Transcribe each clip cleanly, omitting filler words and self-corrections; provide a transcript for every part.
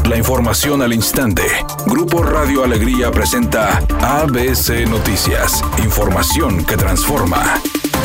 La información al instante. Grupo Radio Alegría presenta ABC Noticias. Información que transforma.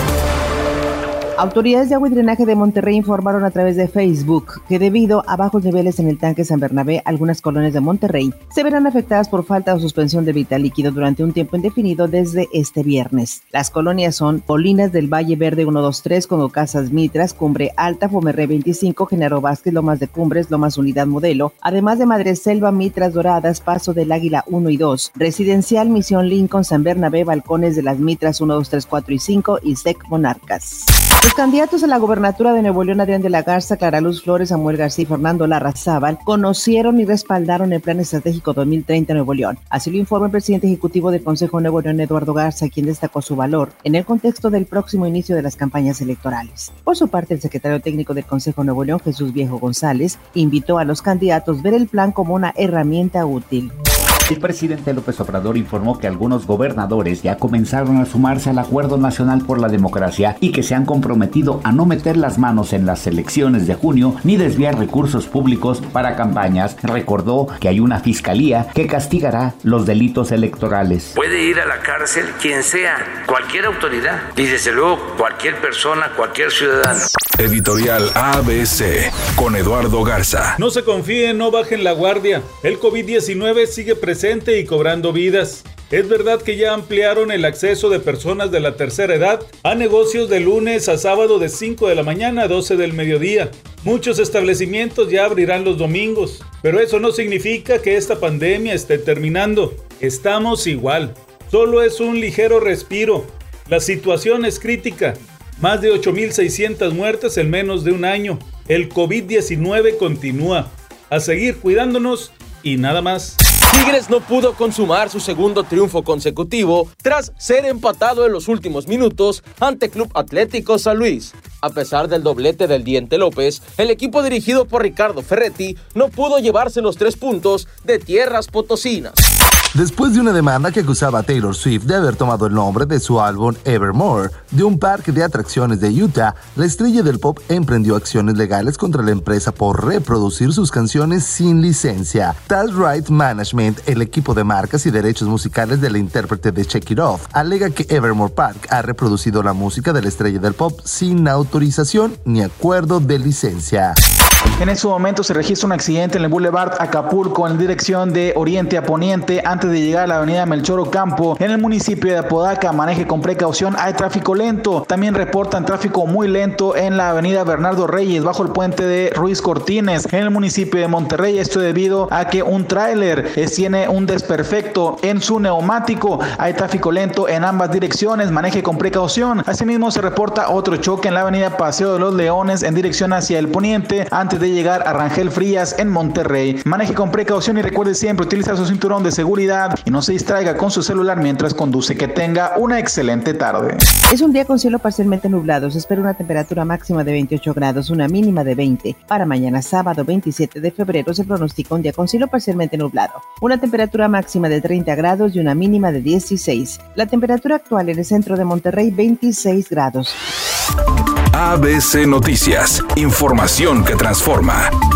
Autoridades de agua y drenaje de Monterrey informaron a través de Facebook que debido a bajos niveles en el tanque San Bernabé, algunas colonias de Monterrey se verán afectadas por falta o suspensión de vital líquido durante un tiempo indefinido desde este viernes. Las colonias son Colinas del Valle Verde 123, Como Casas Mitras, Cumbre Alta, Fomerrey 25, Genaro Vázquez, Lomas de Cumbres, Lomas Unidad Modelo, además de Madre Selva, Mitras Doradas, Paso del Águila 1 y 2, Residencial Misión Lincoln, San Bernabé, Balcones de las Mitras 1, 2, 3, 4 y 5 y SEC Monarcas. Los candidatos a la gobernatura de Nuevo León, Adrián de la Garza, Clara Luz Flores, Samuel García y Fernando Larrazábal, conocieron y respaldaron el Plan Estratégico 2030 Nuevo León. Así lo informa el presidente ejecutivo del Consejo Nuevo León, Eduardo Garza, quien destacó su valor en el contexto del próximo inicio de las campañas electorales. Por su parte, el secretario técnico del Consejo Nuevo León, Jesús Viejo González, invitó a los candidatos a ver el plan como una herramienta útil. El presidente López Obrador informó que algunos gobernadores ya comenzaron a sumarse al Acuerdo Nacional por la Democracia y que se han comprometido a no meter las manos en las elecciones de junio ni desviar recursos públicos para campañas. Recordó que hay una fiscalía que castigará los delitos electorales. Puede ir a la cárcel quien sea, cualquier autoridad y desde luego cualquier persona, cualquier ciudadano. Editorial ABC con Eduardo Garza. No se confíen, no bajen la guardia. El COVID-19 sigue presente y cobrando vidas. Es verdad que ya ampliaron el acceso de personas de la tercera edad a negocios de lunes a sábado de 5 de la mañana a 12 del mediodía. Muchos establecimientos ya abrirán los domingos, pero eso no significa que esta pandemia esté terminando. Estamos igual. Solo es un ligero respiro. La situación es crítica. Más de 8,600 muertes en menos de un año. El COVID-19 continúa. A seguir cuidándonos y nada más. Tigres no pudo consumar su segundo triunfo consecutivo tras ser empatado en los últimos minutos ante Club Atlético San Luis. A pesar del doblete del Diente López, el equipo dirigido por Ricardo Ferretti no pudo llevarse los 3 puntos de tierras potosinas. Después de una demanda que acusaba a Taylor Swift de haber tomado el nombre de su álbum Evermore de un parque de atracciones de Utah, la estrella del pop emprendió acciones legales contra la empresa por reproducir sus canciones sin licencia. Taz Right Management, el equipo de marcas y derechos musicales de la intérprete de Shake It Off, alega que Evermore Park ha reproducido la música de la estrella del pop sin autorización ni acuerdo de licencia. En ese momento se registra un accidente en el Boulevard Acapulco en dirección de oriente a poniente antes de llegar a la avenida Melchor Ocampo en el municipio de Apodaca. Maneje con precaución, hay tráfico lento. También reportan tráfico muy lento en la avenida Bernardo Reyes bajo el puente de Ruiz Cortines en el municipio de Monterrey. Esto debido a que un tráiler tiene un desperfecto en su neumático. Hay tráfico lento en ambas direcciones, maneje con precaución. Asimismo se reporta otro choque en la avenida Paseo de los Leones en dirección hacia el poniente antes de llegar a Rangel Frías en Monterrey. Maneje con precaución y recuerde siempre utilizar su cinturón de seguridad y no se distraiga con su celular mientras conduce. Que tenga una excelente tarde. Es un día con cielo parcialmente nublado. Se espera una temperatura máxima de 28 grados, una mínima de 20. Para mañana sábado 27 de febrero se pronostica un día con cielo parcialmente nublado. Una temperatura máxima de 30 grados y una mínima de 16. La temperatura actual en el centro de Monterrey 26 grados. ABC Noticias, información que transforma.